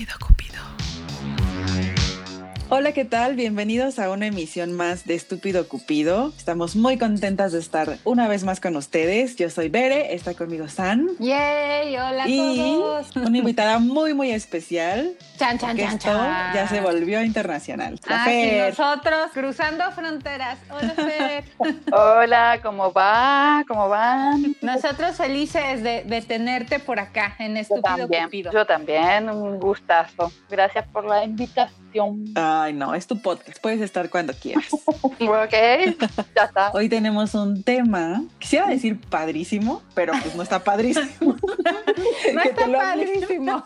Estúpido Cupido. Hola, ¿qué tal? Bienvenidos a una emisión más de Estúpido Cupido. Estamos muy contentas de estar una vez más con ustedes. Yo soy Bere, está conmigo San. ¡Yay! ¡Hola a y todos! Una invitada muy especial. ¡Chan, chan, chan, Esto chan! ya se volvió internacional. La y Fer. nosotros cruzando fronteras. ¡Hola, Fer! Hola, ¿cómo va? ¿Cómo van? Nosotros felices de tenerte por acá en Estúpido Cupido. Yo también, un gustazo. Gracias por la invitación. Ay, no, es tu podcast. Puedes estar cuando quieras. Ok, ya está. Hoy tenemos un tema, quisiera decir padrísimo, pero pues no está padrísimo. No está padrísimo.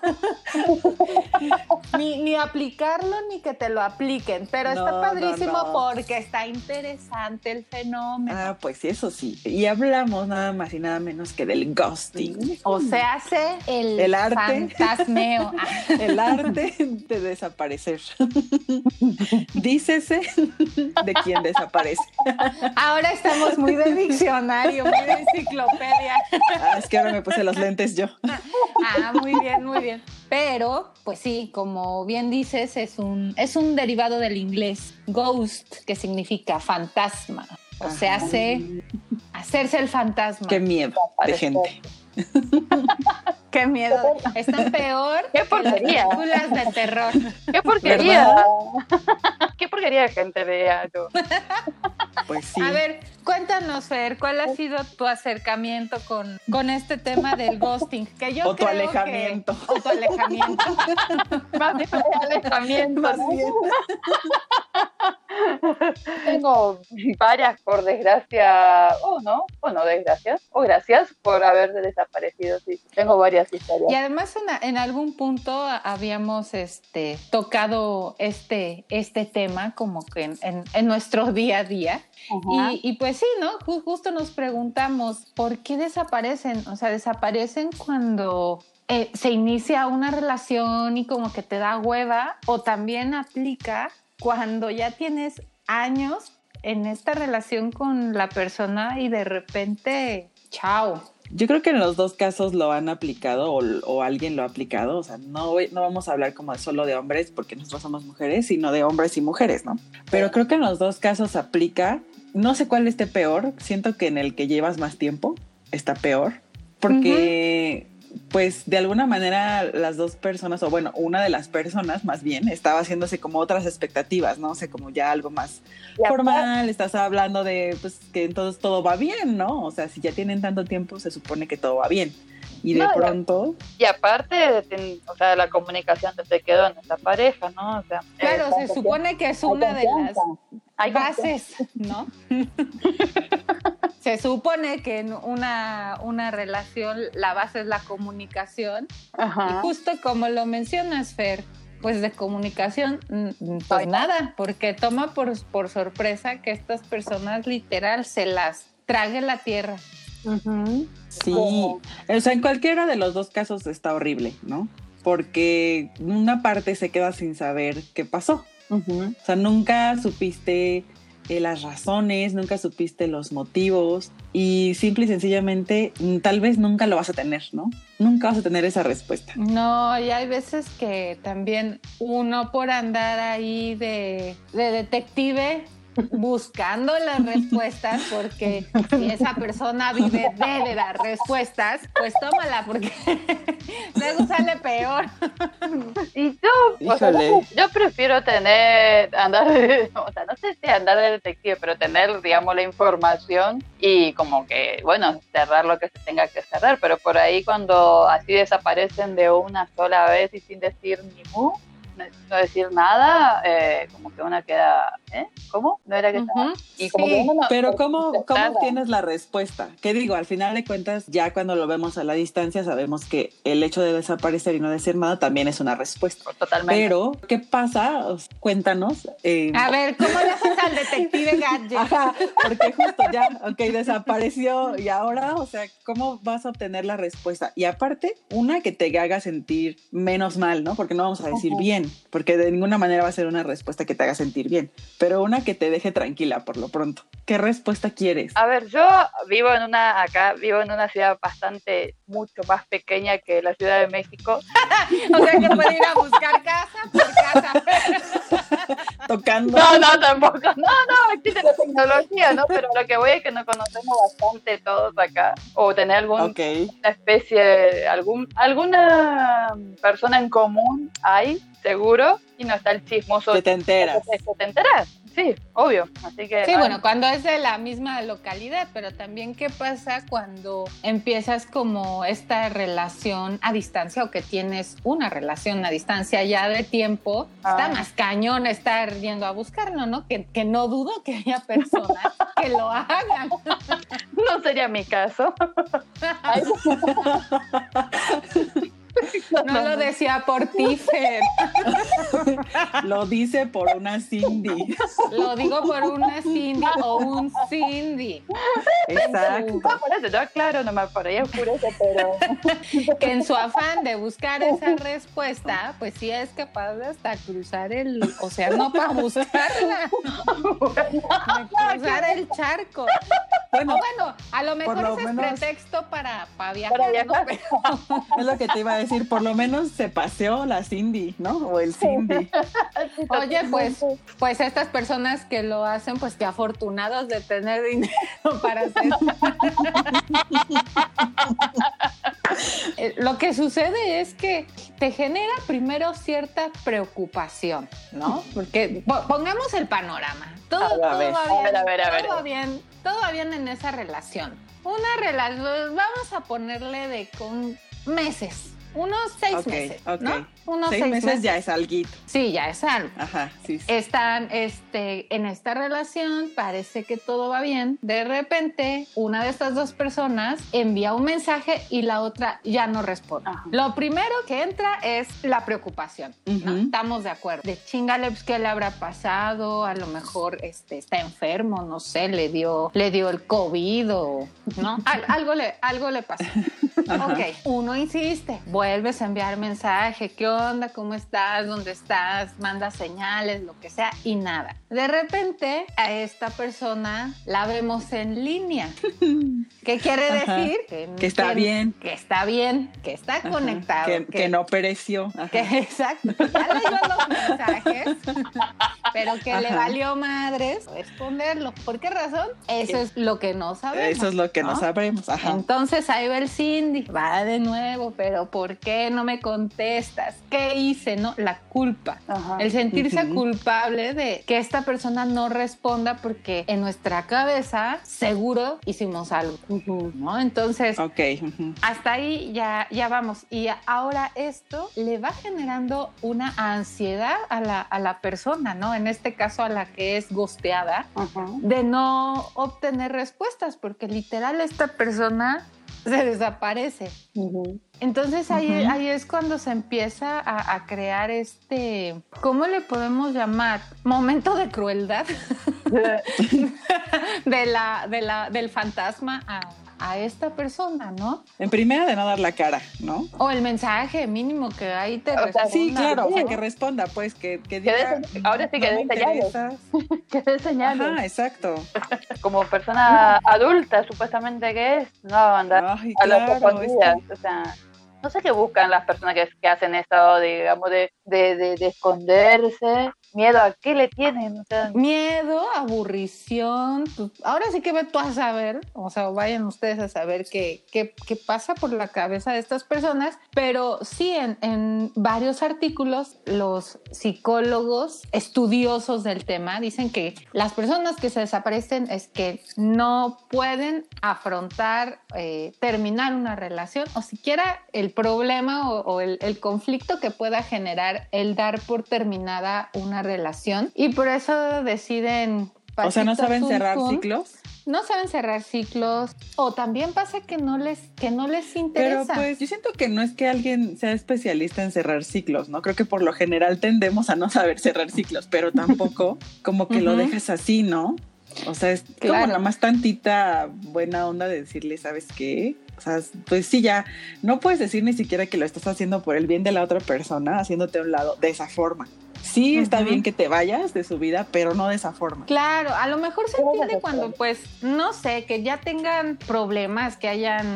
ni aplicarlo ni que te lo apliquen, pero está padrísimo porque está interesante el fenómeno. Ah, pues sí, eso sí. Y hablamos nada más y nada menos que del ghosting. O sea, hace el arte, fantasmeo. El arte de desaparecer. Dícese de quien desaparece. Ahora estamos muy de diccionario, muy de enciclopedia. Es que ahora me puse los lentes yo. Muy bien. Pero, pues sí, como bien dices, es un derivado del inglés ghost, que significa fantasma. O sea, hacerse el fantasma. Qué miedo de gente. Qué miedo. Está peor que las películas de terror. ¡Qué porquería! ¡Qué porquería de gente vea yo! Pues sí. A ver, cuéntanos, Fer, ¿cuál ha sido tu acercamiento con este tema del ghosting? Que yo o tu alejamiento. O tu alejamiento. Más bien alejamiento. Más bien. Tengo varias, por desgracia, o no desgracias, o gracias por haber desaparecido, sí. Tengo varias historias. Y además en algún punto habíamos tocado este tema como que en nuestro día a día. Y pues sí, ¿no? Justo nos preguntamos, ¿por qué desaparecen? O sea, desaparecen cuando se inicia una relación y como que te da hueva, o también aplica cuando ya tienes años en esta relación con la persona y de repente, chao. Yo creo que en los dos casos lo han aplicado o alguien lo ha aplicado. O sea, no vamos a hablar como solo de hombres porque nosotros somos mujeres, sino de hombres y mujeres, ¿no? Pero creo que en los dos casos aplica. No sé cuál esté peor. Siento que en el que llevas más tiempo está peor. Porque... pues de alguna manera las dos personas, o bueno, una de las personas más bien, estaba haciéndose como otras expectativas, ¿no? O sea, como ya algo más formal, estás hablando de pues que entonces todo va bien, ¿no? O sea, si ya tienen tanto tiempo, se supone que todo va bien. Y de pronto... Y aparte, o sea, la comunicación te quedó en esa pareja, ¿no? O sea, claro, se supone que es una de las bases, ¿no? Se supone que en una relación la base es la comunicación. Y justo como lo mencionas, Fer, pues de comunicación, pues nada, porque toma por sorpresa que estas personas literal se las trague la tierra. Sí, o sea, en cualquiera de los dos casos está horrible, ¿no? Porque una parte se queda sin saber qué pasó. O sea, nunca supiste las razones, nunca supiste los motivos y simple y sencillamente tal vez nunca lo vas a tener, ¿no? Nunca vas a tener esa respuesta. No, y hay veces que también uno por andar ahí de detective buscando las respuestas, porque si esa persona vive de dar respuestas, pues tómala, porque luego sale peor. Y yo prefiero andar no sé si andar de detective, pero tener, digamos, la información y como que, bueno, cerrar lo que se tenga que cerrar, pero por ahí cuando así desaparecen de una sola vez y sin decir ni mu, no decir nada, como que una queda, ¿cómo? No era que estaba. Y como sí, que pero ¿cómo tienes la respuesta? ¿Qué digo? Al final de cuentas, ya cuando lo vemos a la distancia, sabemos que el hecho de desaparecer y no decir nada también es una respuesta. Totalmente. Pero, ¿qué pasa? Cuéntanos. A ver, ¿cómo le haces al detective Gadget. Ajá, porque justo ya, desapareció y ahora, o sea, ¿cómo vas a obtener la respuesta? Y aparte, una que te haga sentir menos mal, ¿no? Porque no vamos a decir bien, porque de ninguna manera va a ser una respuesta que te haga sentir bien, pero una que te deje tranquila por lo pronto. ¿Qué respuesta quieres? A ver, yo vivo en una ciudad mucho más pequeña que la Ciudad de México. O sea que puede ir a buscar casa por casa. Tocando. No, tampoco. No, existe la tecnología, ¿no? Pero lo que voy es que nos conocemos bastante todos acá. O tener alguna especie, alguna persona en común hay, seguro, y no está el chismoso. Que te enteras. Te enteras. Sí, obvio. Así que, sí, bueno, cuando es de la misma localidad, pero también qué pasa cuando empiezas como esta relación a distancia o que tienes una relación a distancia ya de tiempo. Está más cañón estar yendo a buscarlo, ¿no? Que no dudo que haya personas que lo hagan. No sería mi caso. No lo decía por ti, Fer. Lo dice por una Cindy. Lo digo por una Cindy o un Cindy. Exacto. Por eso, yo aclaro, no me por ahí oscurece, pero... Que en su afán de buscar esa respuesta, pues sí es capaz de hasta cruzar el océano para buscarla. Cruzar el charco. Bueno, a lo mejor ese es pretexto para viajar, ¿no? Pero... Es lo que te iba a decir, por lo menos se paseó la Cindy, ¿no? O el Cindy. Oye, pues estas personas que lo hacen, pues qué afortunados de tener dinero para hacer. Lo que sucede es que te genera primero cierta preocupación, ¿no? Porque pongamos el panorama. Todo va bien en esa relación. Una relación, vamos a ponerle con meses. Unos 6 meses, ¿no? Unos 6 meses ya es alguito. Sí, ya es algo. Ajá, sí. Están en esta relación, parece que todo va bien. De repente, una de estas dos personas envía un mensaje y la otra ya no responde. Ajá. Lo primero que entra es la preocupación, ¿no? Estamos de acuerdo. De chingale, pues, ¿qué le habrá pasado? A lo mejor está enfermo, no sé, le dio el COVID o, ¿no? Algo le pasó. Ok, uno insiste, vuelves a enviar mensaje, ¿qué onda? ¿Cómo estás? ¿Dónde estás? Manda señales, lo que sea, y nada. De repente, a esta persona la vemos en línea. ¿Qué quiere decir? Que está bien. Que está bien, que está conectado. Que no pereció. Exacto. Ya leyó los mensajes, pero que le valió madres responderlo. ¿Por qué razón? Eso es lo que no sabemos. Eso es lo que no sabemos. Ajá. Entonces ahí va el Cindy, va de nuevo, pero ¿por qué no me contestas? ¿Qué hice? ¿No? La culpa. Ajá. El sentirse culpable de que esta persona no responda porque en nuestra cabeza seguro hicimos algo, ¿no? Entonces, hasta ahí ya vamos. Y ahora esto le va generando una ansiedad a la persona, ¿no? En este caso a la que es ghosteada, de no obtener respuestas, porque literal esta persona se desaparece. Entonces ahí es cuando se empieza a crear ¿cómo le podemos llamar? Momento de crueldad del fantasma a esta persona, ¿no? En primera, de no dar la cara, ¿no? O el mensaje mínimo que ahí te responda. Sí, claro, o sea, que responda, pues, que diga... Ahora sí que dé señales. Que dé señales. Ajá, exacto. Como persona adulta, supuestamente que es, no va a mandar a las escondidas, o sea... No sé qué buscan las personas que hacen eso, digamos, de esconderse. ¿Miedo a qué le tienen? O sea, miedo, aburrición. Pues, ahora sí que ve tú a saber, o sea, vayan ustedes a saber qué pasa por la cabeza de estas personas. Pero sí, en varios artículos, los psicólogos estudiosos del tema dicen que las personas que se desaparecen es que no pueden afrontar, terminar una relación o siquiera el problema o el conflicto que pueda generar el dar por terminada una relación, y por eso deciden... O sea, ¿no saben cerrar ciclos? no saben cerrar ciclos, o también pasa que no les interesa. Pero pues yo siento que no es que alguien sea especialista en cerrar ciclos, ¿no? Creo que por lo general tendemos a no saber cerrar ciclos, pero tampoco como que lo dejas así, ¿no? O sea, es como nada más tantita buena onda de decirle, ¿sabes qué? O sea, pues sí, ya no puedes decir ni siquiera que lo estás haciendo por el bien de la otra persona, haciéndote a un lado de esa forma. Sí, está bien que te vayas de su vida, pero no de esa forma. Claro, a lo mejor se entiende cuando, pues, no sé, que ya tengan problemas, que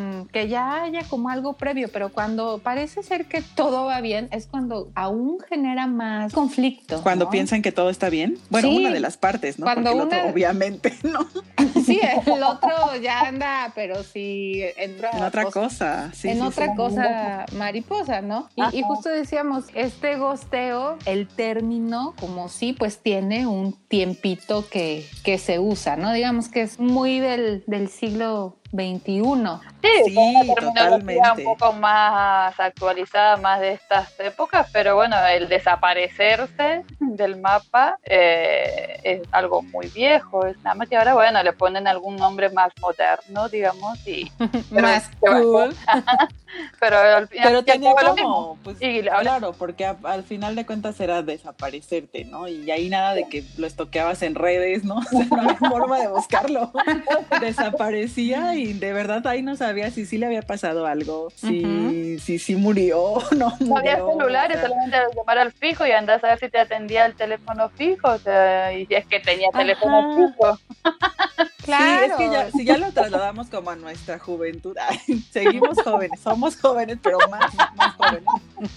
ya haya como algo previo, pero cuando parece ser que todo va bien, es cuando aún genera más conflicto. Cuando ¿no? piensan que todo está bien. Bueno, sí, una de las partes, ¿no? Cuando porque el otro, obviamente, ¿no? Sí, el otro ya anda, pero sí entra en otra cosa. Sí, en sí, otra sí. cosa mariposa, ¿no? Y justo decíamos, este gosteo, el término, como sí, pues tiene un tiempito que se usa, ¿no? Digamos que es muy del siglo XXI. Sí, una terminología un poco más actualizada, más de estas épocas, pero bueno, el desaparecerse del mapa es algo muy viejo, es nada más que ahora, bueno, le ponen algún nombre más moderno, digamos, y más cool. pero al final pero tenía como, como pues, claro, porque al final de cuentas era desaparecerte, ¿no? Y ahí nada de que lo estoqueabas en redes, ¿no? O sea, no había forma de buscarlo. Desaparecía y de verdad ahí no sabía si sí le había pasado algo, si murió o no murió. No había celulares, solamente llamar al fijo y andás a ver si te atendía el teléfono fijo, o sea, y si es que tenía teléfono fijo. Claro. Sí, es que si ya lo trasladamos como a nuestra juventud, seguimos jóvenes, somos jóvenes, pero más jóvenes.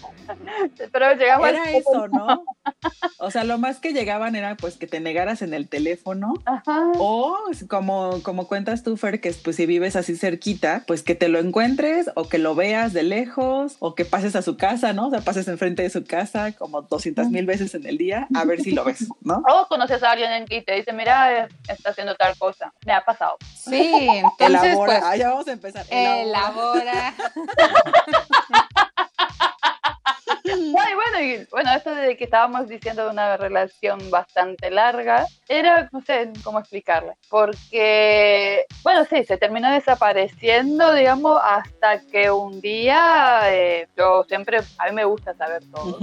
Pero llegamos era eso, ¿no? O sea, lo más que llegaban era pues que te negaras en el teléfono. Ajá. O como cuentas tú, Fer, que pues si vives así cerquita, pues que te lo encuentres o que lo veas de lejos o que pases a su casa, ¿no? O sea, pases enfrente de su casa como 200,000 veces en el día a ver si lo ves, ¿no? O conoces a alguien y te dice, mira, está haciendo tal cosa. Me ha pasado. Sí, entonces elabora. Pues, ya vamos a empezar. Elabora. Bueno, esto de que estábamos diciendo de una relación bastante larga, era, no sé cómo explicarle, porque, bueno, sí, se terminó desapareciendo, digamos, hasta que un día, yo siempre, a mí me gusta saber todo,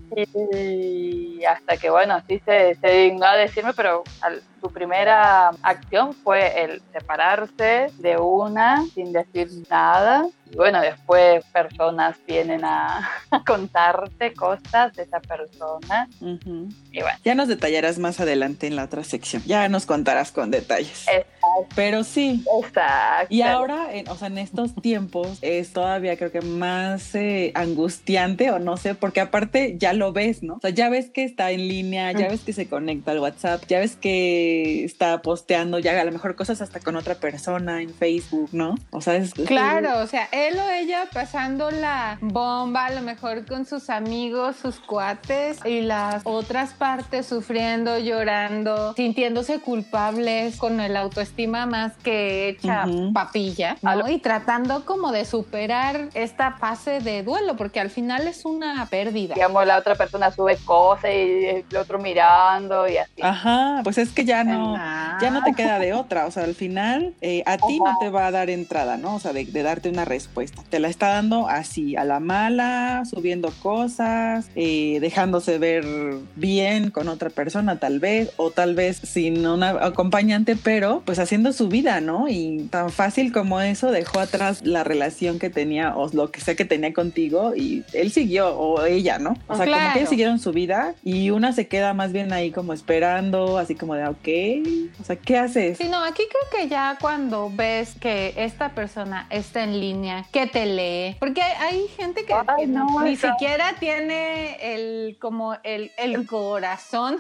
y hasta que, bueno, sí se dignó a decirme, pero su primera acción fue el separarse de una sin decir nada. Y bueno, después personas vienen a contarte cosas de esa persona. Y bueno. Ya nos detallarás más adelante en la otra sección. Ya nos contarás con detalles. Exacto. Pero sí. Exacto. Y ahora, en estos tiempos es todavía creo que más angustiante o no sé, porque aparte ya lo ves, ¿no? O sea, ya ves que está en línea, ya ves que se conecta al WhatsApp, ya ves que está posteando ya a lo mejor cosas hasta con otra persona en Facebook, ¿no? O sea, claro, o sea, él o ella pasando la bomba a lo mejor con sus amigos, sus cuates, y las otras partes sufriendo, llorando, sintiéndose culpables, con el autoestima más que hecha papilla, ¿no? Y tratando como de superar esta fase de duelo, porque al final es una pérdida. Digamos, la otra persona sube cosas y el otro mirando y así. Ajá, pues es que ya no te queda de otra, o sea, al final a ti no te va a dar entrada, ¿no? O sea, de darte una respuesta. Te la está dando así, a la mala, subiendo cosas, dejándose ver bien con otra persona tal vez, o tal vez sin una acompañante, pero pues haciendo su vida, ¿no? Y tan fácil como eso dejó atrás la relación que tenía o lo que sea que tenía contigo y él siguió, o ella, ¿no? O sea, claro. Como que ellos siguieron su vida y una se queda más bien ahí como esperando, así como de, ok, o sea, ¿qué haces? Sí, no, aquí creo que ya cuando ves que esta persona está en línea, que te lee, porque hay gente que ni siquiera tiene el corazón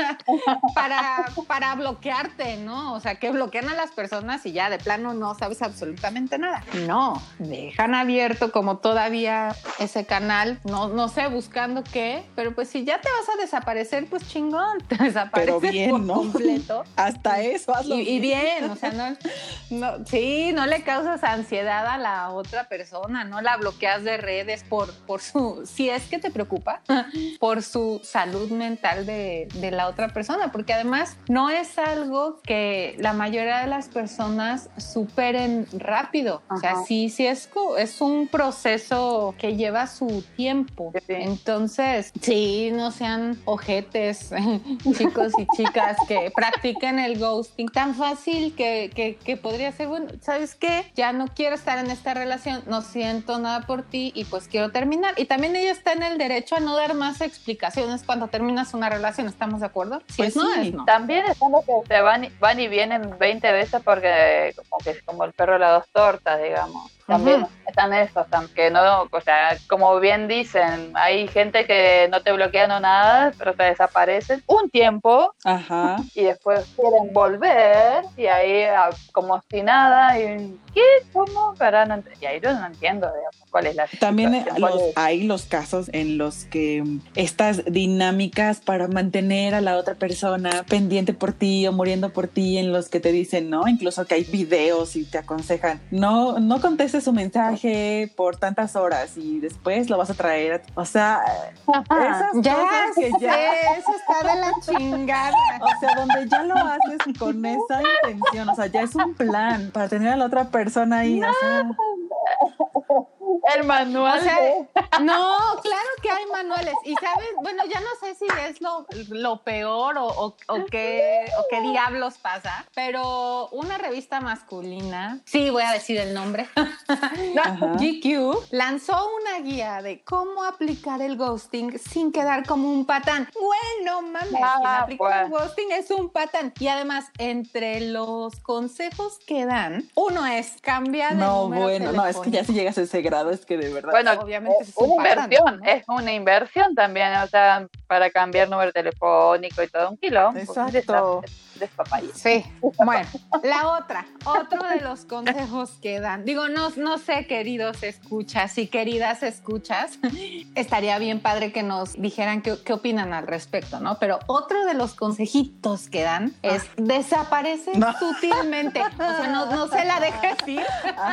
para bloquearte, ¿no? O sea, que bloquean a las personas y ya de plano no sabes absolutamente nada. No, dejan abierto como todavía ese canal, no sé, buscando qué, pero pues si ya te vas a desaparecer, pues chingón, te desapareces pero bien, por ¿no? completo. Hasta eso hazlo y bien, o sea, no le causas ansiedad a la otra persona, no la bloqueas de redes por su, si es que te preocupa, por su salud mental de la otra persona, porque además no es algo que la mayoría mayoría de las personas superen rápido. O sea, sí es un proceso que lleva su tiempo. Sí. Entonces, sí, no sean ojetes, chicos y chicas, que practiquen el ghosting tan fácil que podría ser, bueno, ¿sabes qué? Ya no quiero estar en esta relación, no siento nada por ti y pues quiero terminar. Y también ella está en el derecho a no dar más explicaciones cuando terminas una relación, ¿estamos de acuerdo? Si pues es no, sí. es no. También están los que se van y vienen 20 veces porque como que es como el perro de las dos tortas, digamos. También están esos, que no, o sea, como bien dicen, hay gente que no te bloquean o nada, pero te desaparecen un tiempo y después quieren volver y ahí como si nada, y ¿qué? ¿Cómo? Y ahí yo no entiendo, digamos, cuál es la También hay los casos en los que estas dinámicas para mantener a la otra persona pendiente por ti o muriendo por ti, en los que te dicen, ¿no? Incluso que hay videos y te aconsejan, no contestes su mensaje por tantas horas y después lo vas a traer, o sea, esas cosas que eso está de la chingada. O sea, donde ya lo haces con esa intención, o sea, ya es un plan para tener a la otra persona ahí, o sea. El manual. O sea, no, claro que hay manuales. Y sabes, bueno, ya no sé si es lo peor o qué diablos pasa, pero una revista masculina, sí voy a decir el nombre, GQ, lanzó una guía de cómo aplicar el ghosting sin quedar como un patán. Bueno, mames, quien aplica el ghosting es un patán. Y además, entre los consejos que dan, uno es cambiar de número telefónico. No, es que ya si llegas a ese grado es que de verdad. Bueno, obviamente es una inversión, ¿no? Es una inversión también, o sea, para cambiar número telefónico y todo un kilo. Exacto. Sí, bueno, otro de los consejos que dan, digo, no sé, queridos escuchas y queridas escuchas, estaría bien padre que nos dijeran qué opinan al respecto, ¿no? Pero otro de los consejitos que dan es desaparece sutilmente, o sea, no se la dejes ir.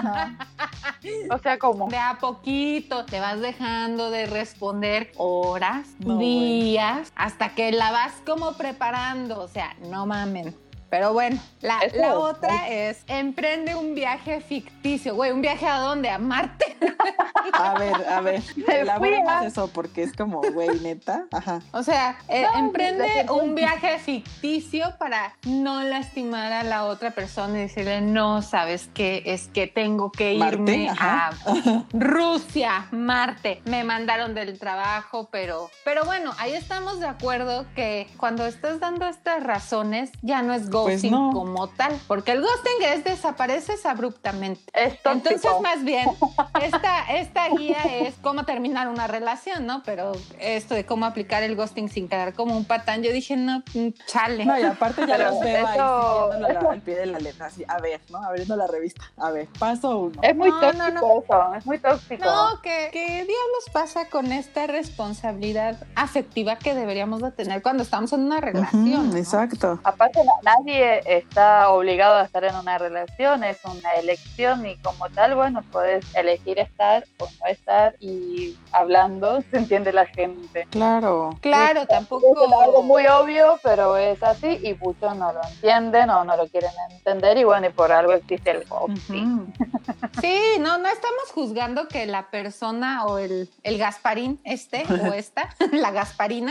O sea, ¿cómo? De a poquito te vas dejando de responder horas, días, hasta que la vas como preparando, o sea, no mames. Pero bueno, la otra es emprende un viaje ficticio. Güey, ¿un viaje a dónde? ¿A Marte? A ver, elaboremos eso porque es como, güey, neta. O sea, emprende un viaje ficticio para no lastimar a la otra persona y decirle, no, ¿sabes qué? Es que tengo que irme a Rusia, Marte. Me mandaron del trabajo, pero bueno, ahí estamos de acuerdo que cuando estás dando estas razones, ya no es ghosting como tal, porque el ghosting es desapareces abruptamente. Entonces, más bien, esta guía es cómo terminar una relación, ¿no? Pero esto de cómo aplicar el ghosting sin quedar como un patán, yo dije, no, chale. No, y aparte ya los veo ahí siguiéndolo al pie de la letra, así, a ver, ¿no? Abriendo la revista, a ver, paso 1. Es muy tóxico eso, es muy tóxico. No, ¿qué diablos pasa con esta responsabilidad afectiva que deberíamos de tener cuando estamos en una relación? ¿no? Exacto. Aparte, nadie está obligado a estar en una relación, es una elección y como tal, bueno, puedes elegir estar o no estar y hablando se entiende la gente. Claro, tampoco... Es algo muy obvio, pero es así y muchos no lo entienden o no lo quieren entender y bueno, y por algo existe el ghosting. Sí, no estamos juzgando que la persona o el Gasparín o esta, la Gasparina,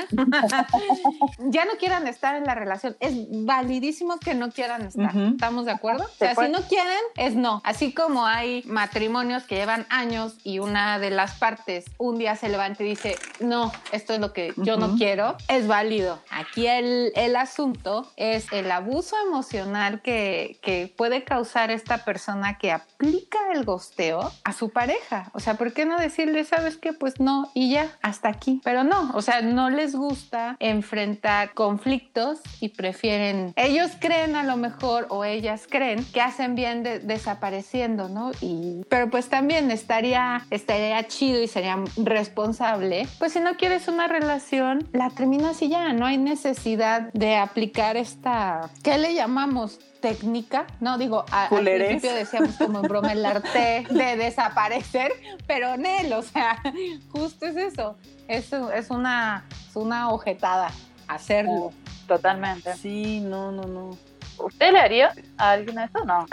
ya no quieran estar en la relación. Es validísimo que no quieran estar. ¿Estamos de acuerdo? O sea, si no quieren, es no. Así como hay matrimonios que llevan años y una de las partes un día se levanta y dice, no, esto es lo que yo no quiero, es válido. Aquí el asunto es el abuso emocional que puede causar esta persona que aplica el ghosteo a su pareja. O sea, ¿por qué no decirle, sabes qué? Pues no, y ya, hasta aquí. Pero no, o sea, no les gusta enfrentar conflictos y prefieren, ellos creen a lo mejor o ellas creen que hacen bien desapareciendo, ¿no? Pero pues también estaría chido y sería responsable, pues si no quieres una relación, la terminas y ya, no hay necesidad de aplicar esta, ¿qué le llamamos? Técnica, no digo, al principio decíamos como en broma el arte de desaparecer, pero Nel, o sea, justo es eso es una ojetada hacerlo. Totalmente. Sí, no. ¿Usted le haría a alguien eso o no?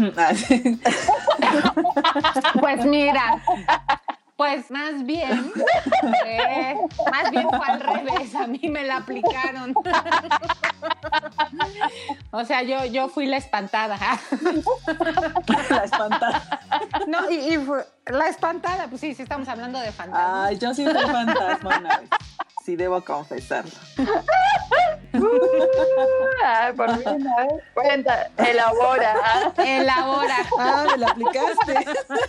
Pues mira, pues más bien fue al revés, a mí me la aplicaron. O sea, yo fui la espantada. La espantada. No, y fue la espantada, pues sí, estamos hablando de fantasmas. Ay, yo sí fui fantasma una vez. Sí, debo confesarlo. Ay, por fin, a ver, cuenta, elabora. Ah, me la aplicaste.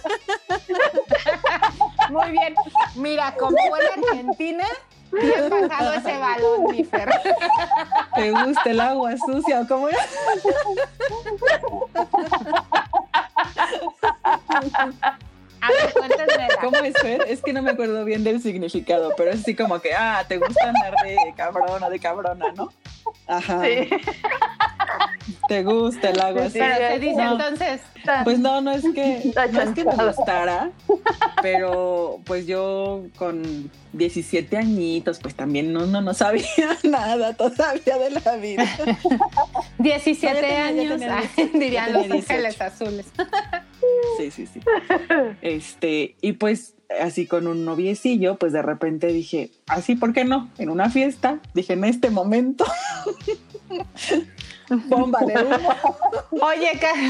Muy bien. Mira, como buena argentina, bien pasado ese balón, mi Fer. ¿Te gusta el agua sucia o cómo era? A ver, cuéntenmela. ¿Cómo es, Fer? Es que no me acuerdo bien del significado, pero es así como que, te gusta andar de cabrón o de cabrona, ¿no? Ajá. Sí. ¿Te gusta el agua así? Pero se dice entonces. Pues no es que me gustara, pero pues yo con 17 añitos, pues también no sabía nada todavía de la vida. 17 años, dirían Los Ángeles Azules. Sí. Y pues así con un noviecillo, pues de repente dije, así, ¿por qué no? En una fiesta, dije, en este momento, bomba de humo. Oye,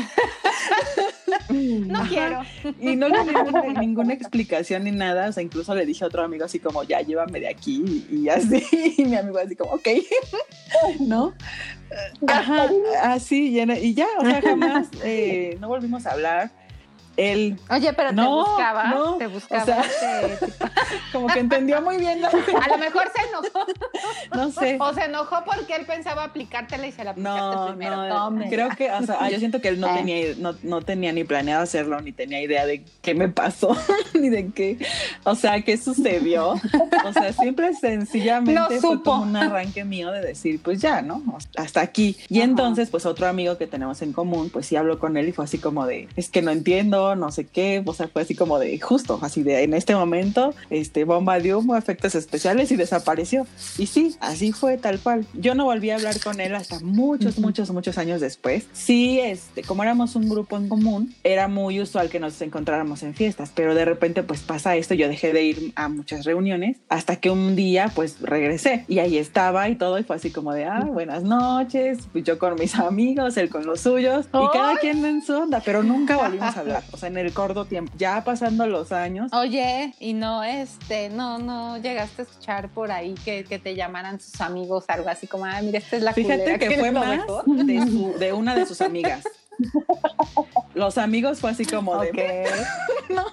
no quiero. Y no le di ninguna explicación ni nada, o sea, incluso le dije a otro amigo así como, ya, llévame de aquí, y así, y mi amigo así como, ok, ¿no? Ajá, así, y ya, o sea, jamás no volvimos a hablar. Él, oye, pero te buscaba, o sea, como que entendió muy bien. A lo mejor se enojó. No sé. O se enojó porque él pensaba aplicártela y se la aplicaste primero. No, creo que, o sea, yo siento que él no tenía ni planeado hacerlo, ni tenía idea de qué me pasó, ni de qué, o sea, qué sucedió. O sea, simple y sencillamente fue como un arranque mío de decir, pues ya, ¿no? Hasta aquí. Y entonces, pues otro amigo que tenemos en común, pues sí habló con él y fue así como de, es que no entiendo, no sé qué, o sea, fue así como de justo, así de en este momento, bomba de humo, efectos especiales y desapareció. Y sí, así fue tal cual. Yo no volví a hablar con él hasta muchos años después. Sí, como éramos un grupo en común, era muy usual que nos encontráramos en fiestas, pero de repente pues pasa esto, yo dejé de ir a muchas reuniones hasta que un día pues regresé y ahí estaba y todo y fue así como de, buenas noches, pues yo con mis amigos, él con los suyos y cada quien en su onda, pero nunca volvimos a hablar. O sea, en el corto tiempo, ya pasando los años. Oye, y no llegaste a escuchar por ahí que te llamaran sus amigos, algo así como, mira, esta es la culera. Fíjate que fue más de una de sus amigas. Los amigos fue así como de... No.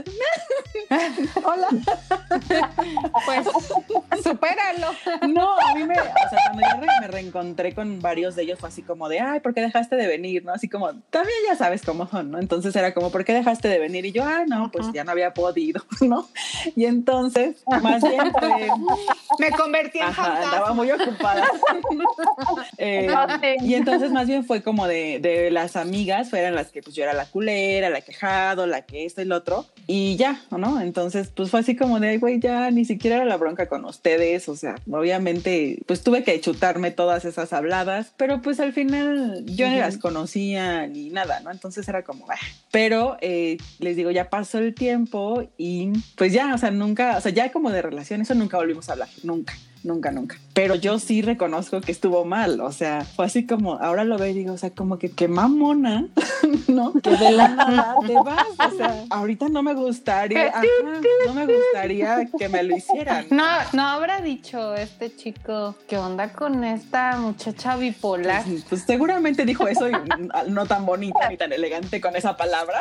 Hola. Pues, supéralo. No, a mí o sea, cuando yo me reencontré con varios de ellos fue así como de, ¿por qué dejaste de venir? ¿No? Así como, también ya sabes cómo son, ¿no? Entonces era como, ¿por qué dejaste de venir? Y yo, no, pues ya no había podido, ¿no? Y entonces, más bien fue... Me convertí en fantasma. Andaba muy ocupada. Y entonces más bien fue como de las amigas, fueran las que pues yo era la culera, la quejado, la que esto y lo otro, y ya, ¿no? Entonces pues fue así como de, güey, ya ni siquiera era la bronca con ustedes, o sea, obviamente pues tuve que chutarme todas esas habladas, pero pues al final yo ni las conocía ni nada, ¿no? Entonces era como, pero les digo, ya pasó el tiempo y pues ya, o sea, nunca, o sea, ya como de relación, eso nunca volvimos a hablar, nunca. Pero yo sí reconozco que estuvo mal, o sea, fue así como, ahora lo veo y digo, o sea, como que qué mamona, ¿no? Que de la nada te vas, o sea, ahorita no me gustaría que me lo hicieran. No habrá dicho este chico, ¿qué onda con esta muchacha bipolar? Pues seguramente dijo eso y no tan bonita ni tan elegante con esa palabra.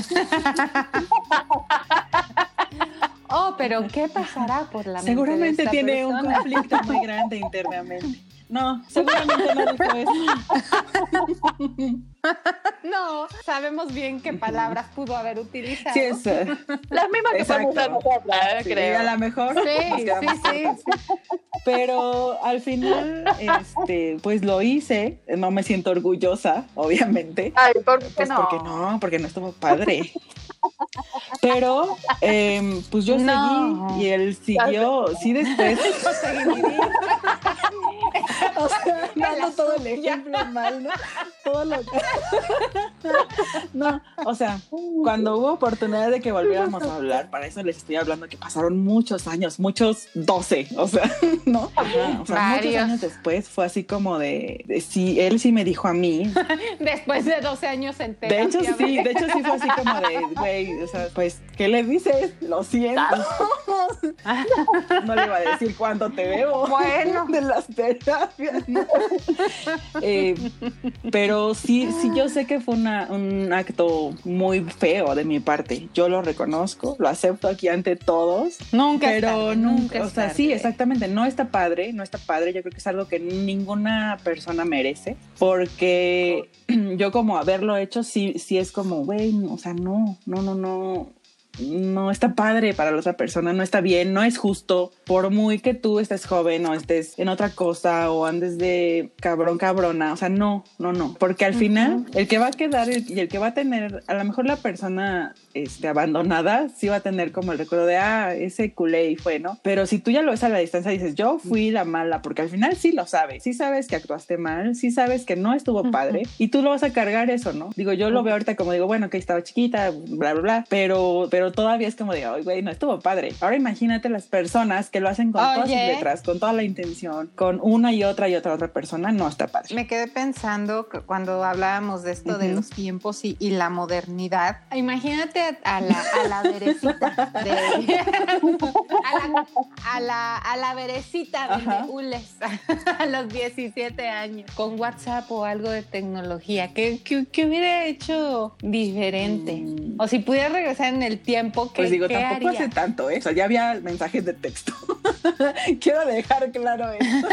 Pero ¿qué pasará por la mente? Seguramente de esta tiene persona? un conflicto muy grande internamente. No, seguramente no dijo eso. No, sabemos bien qué palabras pudo haber utilizado. Sí, es las mismas que podemos usar nosotras, creo. A lo mejor. Sí. Pero al final, pues lo hice. No me siento orgullosa, obviamente. ¿Por qué no? Porque no estuvo padre. Pero, pues yo seguí y él siguió. Sí, después. O O sea, dando todo el ejemplo mal, ¿no? Todo lo que... No, o sea, cuando hubo oportunidad de que volviéramos a hablar, para eso les estoy hablando que pasaron muchos años, muchos 12, o sea, ¿no? Ajá, o sea, muchos años después fue así como de sí, él sí me dijo a mí. Después de 12 años enteros. De hecho sí fue así como de, güey, o sea, pues, ¿qué le dices? Lo siento. No le iba a decir cuánto te debo. Bueno. De las terapias. ¿No? Pero sí, yo sé que fue un acto muy feo de mi parte. Yo lo reconozco, lo acepto aquí ante todos. Nunca O sea, sí, exactamente. No está padre. Yo creo que es algo que ninguna persona merece. Porque yo como haberlo hecho, sí es como, güey, o sea, no está padre para la otra persona, no está bien, no es justo, por muy que tú estés joven o estés en otra cosa o andes de cabrona, o sea, no, porque al final el que va a quedar y el que va a tener, a lo mejor la persona abandonada, sí va a tener como el recuerdo de, ese culé y fue, ¿no? Pero si tú ya lo ves a la distancia y dices, yo fui la mala, porque al final sí lo sabes, sí sabes que actuaste mal, sí sabes que no estuvo padre y tú lo vas a cargar eso, ¿no? Digo, yo lo veo ahorita como digo, bueno, que estaba chiquita, bla, bla, bla, pero todavía es como de, ay, güey, no estuvo padre. Ahora imagínate las personas que lo hacen con todas sus letras, con toda la intención, con una y otra persona, no está padre. Me quedé pensando que cuando hablábamos de esto de los tiempos y la modernidad, imagínate a la verecita a la verecita de Ules a los 17 años con WhatsApp o algo de tecnología, ¿qué hubiera hecho diferente? O si pudiera regresar en el tiempo, pues digo, ¿qué tampoco haría? hace tanto, o sea, ya había mensajes de texto. Quiero dejar claro eso.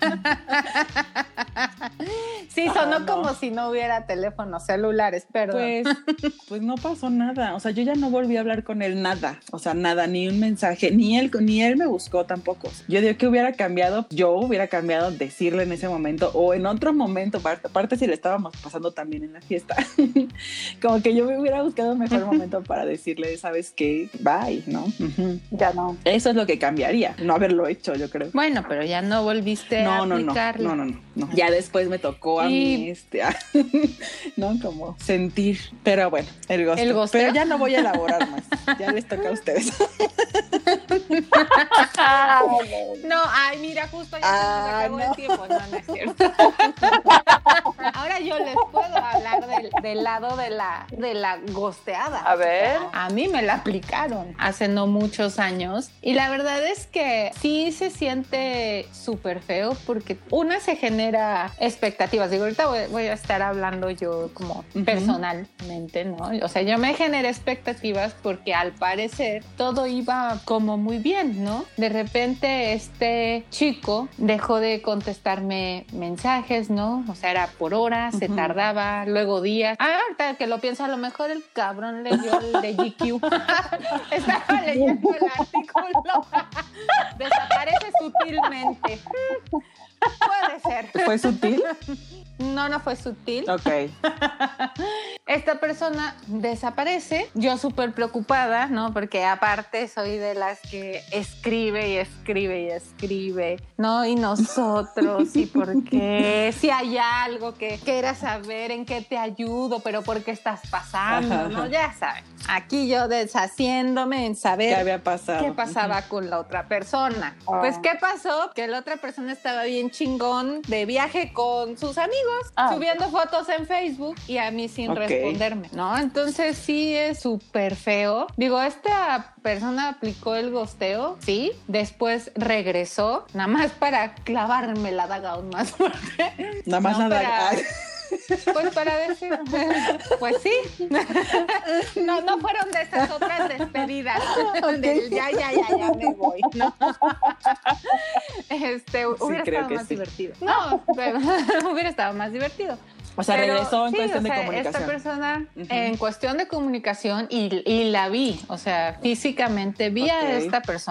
Sí, sonó como si no hubiera teléfonos celulares, perdón. Pues no pasó nada, o sea, yo ya no volví a hablar con él nada, o sea, nada, ni un mensaje, ni él me buscó tampoco. Yo digo que hubiera cambiado decirle en ese momento o en otro momento, aparte si le estábamos pasando también en la fiesta, como que yo me hubiera buscado un mejor momento para decirle, ¿sabes qué? Bye, ¿no? Ya no. Eso es lo que cambiaría, no haberlo hecho, yo creo. Bueno, pero ya no volviste a aplicarlo. No. Ya después me tocó a mí, ¿no? Como sentir, pero bueno, el ghosting. Pero ya no voy a elaborar más, ya les toca a ustedes. No, ay, mira, justo ya se nos acabó el tiempo. No es cierto. Ahora yo les puedo hablar del lado de la ghosteada. A ver. A mí me la aplicaron hace no muchos años y la verdad es que sí se siente súper feo porque una se genera expectativas. Digo, ahorita voy a estar hablando yo como personalmente, ¿no? O sea, yo me generé expectativas porque al parecer todo iba como muy bien, ¿no? De repente este chico dejó de contestarme mensajes, ¿no? O sea, era por horas, se tardaba, luego días. Ahorita que lo pienso, a lo mejor el cabrón leyó el de GQ. Estaba leyendo el artículo. Desaparece sutilmente. Puede ser. ¿Fue sutil? No fue sutil. Ok. Esta persona desaparece. Yo súper preocupada, ¿no? Porque aparte soy de las que escribe, ¿no? Y nosotros, y por qué, si hay algo que quieras saber, en qué te ayudo, pero por qué estás pasando, ¿no? Ya sabes. Aquí yo deshaciéndome en saber ¿qué había pasado? ¿Qué pasaba con la otra persona? Pues, ¿qué pasó? Que la otra persona estaba bien chingón de viaje con sus amigos, subiendo fotos en Facebook y a mí sin responderme, ¿no? Entonces sí es súper feo. Digo, esta persona aplicó el ghosteo, sí, después regresó, nada más para clavarme la daga aún más fuerte. Nada más Pues para decir, pues sí. No fueron de esas otras despedidas. Del ya me voy, ¿no? Hubiera estado más divertido. No, pero hubiera estado más divertido. O sea, pero regresó en cuestión de comunicación. Esta persona, en cuestión de comunicación, y la vi, o sea, físicamente vi a esta persona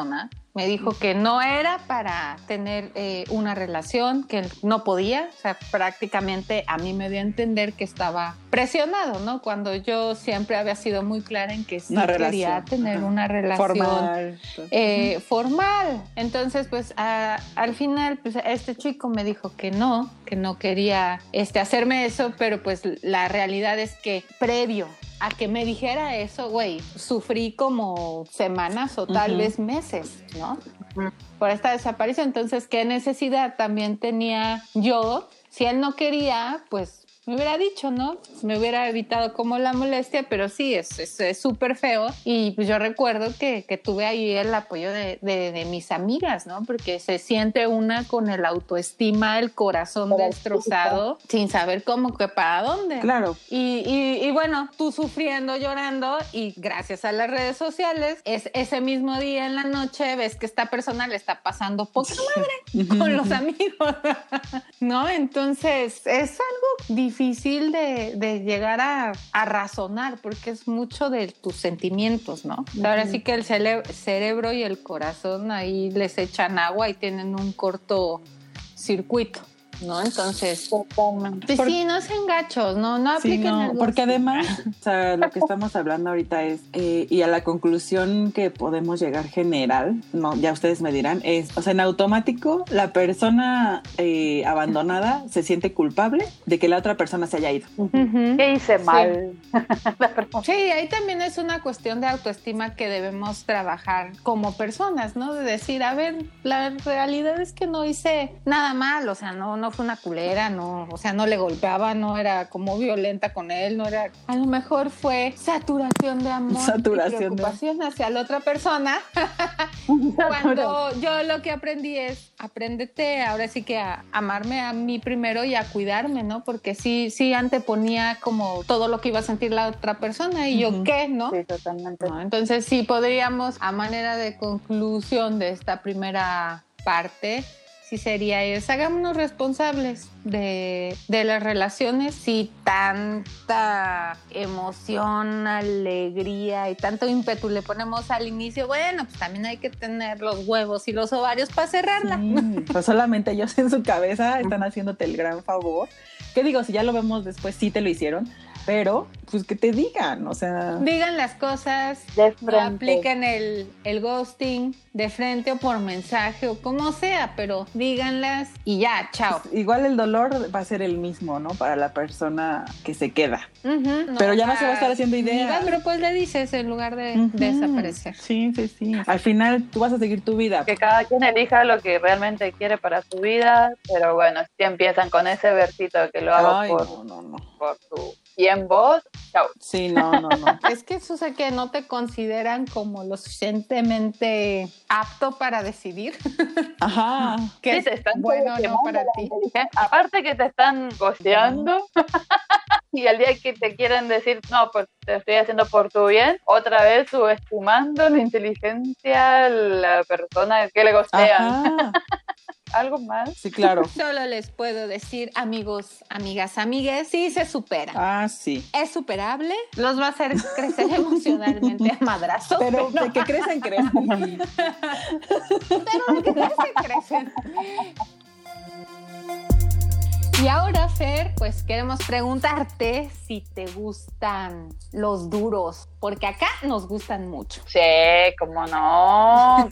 Me dijo que no era para tener una relación, que no podía, o sea, prácticamente a mí me dio a entender que estaba presionado, ¿no? Cuando yo siempre había sido muy clara en que sí quería tener una relación formal. Entonces, pues al final, pues este chico me dijo que no quería hacerme eso, pero pues la realidad es que previo a que me dijera eso, güey, sufrí como semanas o tal vez meses, ¿no? Por esta desaparición. Entonces, ¿qué necesidad también tenía yo? Si él no quería, pues me hubiera dicho, ¿no? Me hubiera evitado como la molestia, pero sí, es súper feo. Y pues yo recuerdo que tuve ahí el apoyo de mis amigas, ¿no? Porque se siente una con el autoestima, el corazón destrozado, sin saber cómo que para dónde. Claro. Y bueno, tú sufriendo, llorando, y gracias a las redes sociales, ese mismo día en la noche ves que esta persona le está pasando poca madre con los amigos, ¿no? Entonces, es algo difícil de llegar a razonar, porque es mucho de tus sentimientos, ¿no? Ahora sí que el cerebro y el corazón ahí les echan agua y tienen un corto circuito, ¿no? Entonces, pues sí, no sean gachos, no apliquen el ghosting. Porque además, o sea, lo que estamos hablando ahorita es, y a la conclusión que podemos llegar general, no, ya ustedes me dirán, es, o sea, en automático, la persona abandonada se siente culpable de que la otra persona se haya ido. ¿Qué hice mal? Sí, ahí también es una cuestión de autoestima que debemos trabajar como personas, ¿no? De decir, a ver, la realidad es que no hice nada mal, o sea, no fue una culera, no, o sea, no le golpeaba, no era como violenta con él, no era, a lo mejor fue saturación de amor y preocupación hacia la otra persona. Cuando yo lo que aprendí es, apréndete ahora sí que a amarme a mí primero y a cuidarme, ¿no? Porque sí anteponía como todo lo que iba a sentir la otra persona y yo qué, ¿no? Sí, totalmente. No, entonces sí podríamos, a manera de conclusión de esta primera parte, sí sería hagámonos responsables de las relaciones. Si tanta emoción, alegría y tanto ímpetu le ponemos al inicio, bueno, pues también hay que tener los huevos y los ovarios para cerrarla. Sí, pues solamente ellos en su cabeza están haciéndote el gran favor. ¿Qué digo? Si ya lo vemos después, sí te lo hicieron, pero pues que te digan, o sea... Digan las cosas, de frente. No apliquen el ghosting de frente o por mensaje o como sea, pero díganlas y ya, chao. Pues, igual el dolor va a ser el mismo, ¿no? Para la persona que se queda. No, pero ya no se va a estar haciendo ideas. Pero pues le dices en lugar de desaparecer. Sí. Al final tú vas a seguir tu vida. Que cada quien elija lo que realmente quiere para su vida, pero bueno, si empiezan con ese versito que lo hago por tu bien vos, chao. Sí, no. Es que eso, o sea, que no te consideran como lo suficientemente apto para decidir. Ajá. Que sí, te están bueno o no para ti. Aparte que te están gosteando y al día que te quieren decir, no, pues te estoy haciendo por tu bien, otra vez subestimando la inteligencia, la persona que le gostean. ¿Algo más? Sí, claro. Solo les puedo decir, amigos, amigas, amigues, sí se supera. Ah, sí. Es superable, los va a hacer crecer emocionalmente a madrazos. Pero de que crecen. Pero de que crecen. Y ahora, Fer, pues queremos preguntarte si te gustan los duros, porque acá nos gustan mucho. Sí, cómo no.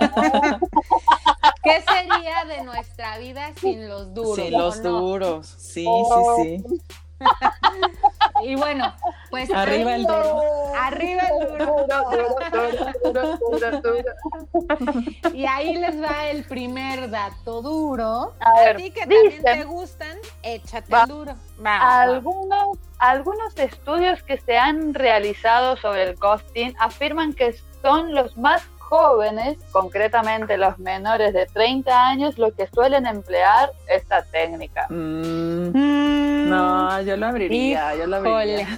¿Qué sería de nuestra vida sin los duros? Sí, los duros. Sí. Y bueno, pues arriba el duro. Arriba el duro. Y ahí les va el primer dato duro. A ti que también te gustan, échate el duro. Algunos estudios que se han realizado sobre el ghosting afirman que son los más jóvenes, concretamente los menores de 30 años, los que suelen emplear esta técnica. No, yo lo abriría. Yo bien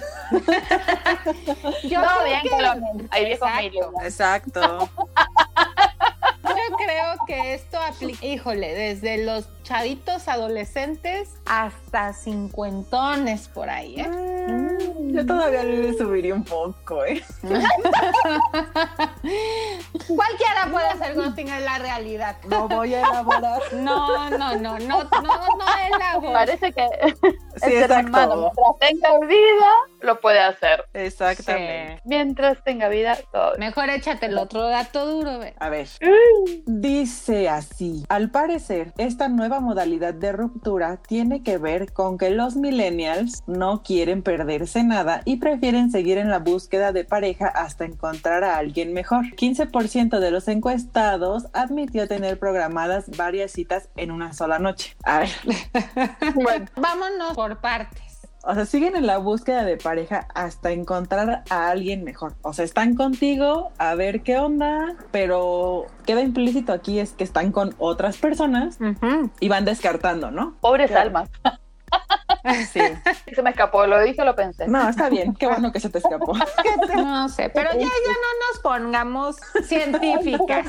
que hay viejos milenios. Exacto. Yo creo que esto aplica, desde los chavitos adolescentes hasta cincuentones por ahí, Yo todavía le subiría un poco, Cualquiera puede hacer ghosting en la realidad. No voy a elaborar. No elaboro. Parece que Sí, el ser exacto. humano, mientras tenga vida, lo puede hacer. Exactamente. Mientras tenga vida, todo. Mejor échate el otro dato duro, ve. A ver, dice así: al parecer, esta nueva modalidad de ruptura tiene que ver con que los millennials no quieren perderse nada y prefieren seguir en la búsqueda de pareja hasta encontrar a alguien mejor. 15% de los encuestados admitió tener programadas varias citas en una sola noche. A ver, Bueno, vámonos por partes. o sea, siguen en la búsqueda de pareja hasta encontrar a alguien mejor. O sea, están contigo a ver qué onda, pero queda implícito aquí es que están con otras personas y van descartando, ¿no? Pobres Claro. almas. Sí. Se me escapó, lo dije o lo pensé. No, está bien. Qué bueno que se te escapó. No sé, pero ya no nos pongamos científicas.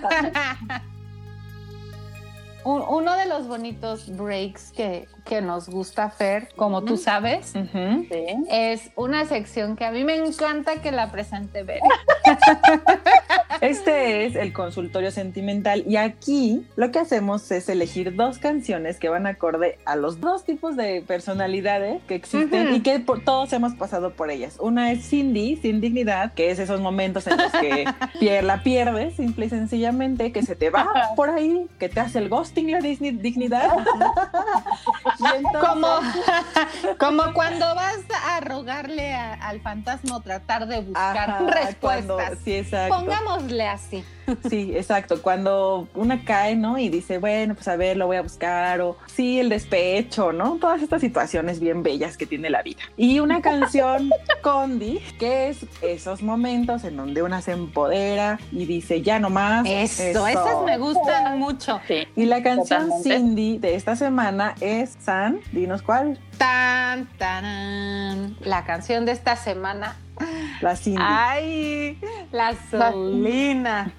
Uno de los bonitos breaks que nos gusta, Fer, como tú sabes, Ujú. Sí. es una sección que a mí me encanta que la presente Ver. Este es el consultorio sentimental y aquí lo que hacemos es elegir 2 canciones que van acorde a los 2 tipos de personalidades que existen y que todos hemos pasado por ellas. Una es Cindy, sin dignidad, que es esos momentos en los que la pierdes simple y sencillamente, que se te va por ahí, que te hace el ghosting la dignidad. Y entonces, Como cuando vas a rogarle al fantasma o tratar de buscar ajá, respuestas. sí, exacto. Pongámosle así. Sí, exacto. Cuando una cae, ¿no? Y dice, bueno, pues a ver, lo voy a buscar, o sí, el despecho, ¿no? Todas estas situaciones bien bellas que tiene la vida. Y una canción, Condi, que es esos momentos en donde una se empodera y dice, ya no más. Eso, esas me gustan mucho. Sí. Y la canción Totalmente. Cindy de esta semana es San, dinos cuál. Tan, tan, la canción de esta semana. La Cindy. ¡Ay! La Solina.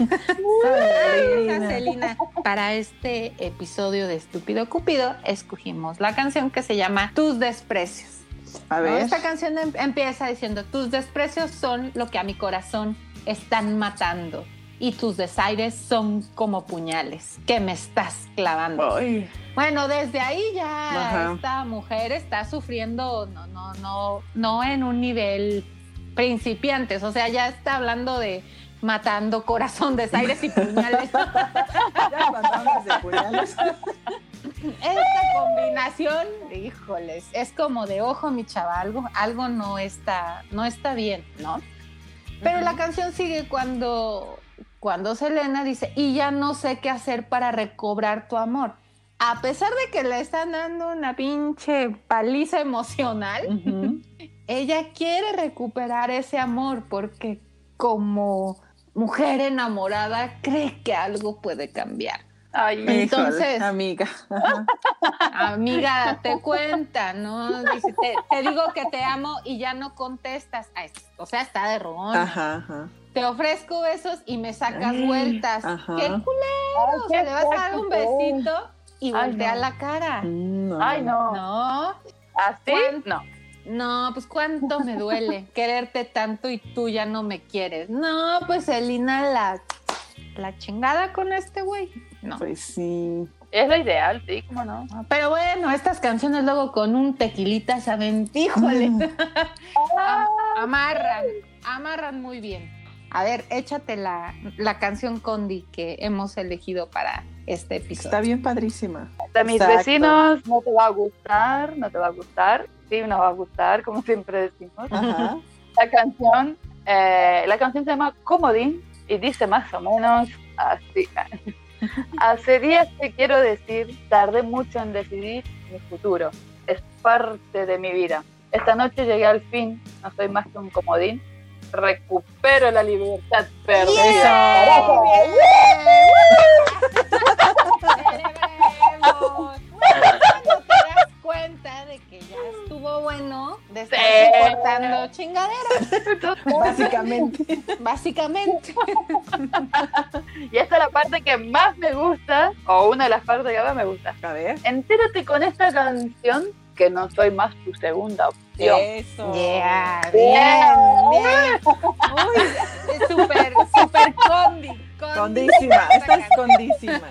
Celina. La Celina. Para este episodio de Estúpido Cúpido, escogimos la canción que se llama Tus Desprecios. A ¿No? ver. Esta canción empieza diciendo: tus desprecios son lo que a mi corazón están matando y tus desaires son como puñales que me estás clavando. Ay, Bueno, desde ahí ya ajá. esta mujer está sufriendo, no en un nivel principiantes, o sea, ya está hablando de matando corazón, desaires y puñales. ya mandamos de puñales. Esta combinación, híjoles, es como de ojo, mi chava, algo no está bien, ¿no? Pero la canción sigue cuando Selena dice, y ya no sé qué hacer para recobrar tu amor. A pesar de que le están dando una pinche paliza emocional, Ujú. ella quiere recuperar ese amor porque como mujer enamorada cree que algo puede cambiar. Ay, Entonces, híjole, amiga. Ajá. Amiga, date cuenta, ¿no? Dice, te digo que te amo y ya no contestas. Ay, o sea, está de rogón. Ajá, ajá. Te ofrezco besos y me sacas Ay, vueltas. ajá. ¡Qué culero! O sea, le vas a dar un besito y Ay, voltea no. la cara. No, Ay, no. No, ¿Así? ¿Cuánto? No. no, pues cuánto me duele quererte tanto y tú ya no me quieres. No, pues Selena, la chingada con este güey. No. Pues sí. Es lo ideal, sí, cómo no. Pero bueno, estas canciones luego con un tequilita saben, híjole, amarran muy bien. A ver, échate la canción Condi que hemos elegido para este episodio. Está bien padrísima. De mis Exacto. vecinos no te va a gustar, no te va a gustar. Sí, nos va a gustar, como siempre decimos. Ajá. La canción se llama Comodín y dice más o menos así. Hace días te quiero decir, tardé mucho en decidir mi futuro. Es parte de mi vida. Esta noche llegué al fin, no soy más que un comodín. Recupero la libertad perdida. ¡Carajo! Cuando te das cuenta de que ya estuvo bueno de estar soportando chingaderas, básicamente. Y esta es la parte que más me gusta, o una de las partes que más me gusta. A ver. Entérate con esta canción que no soy más tu segunda opción. Eso. Yeah, bien. Uy, es súper condi. Condísima, estás condísima.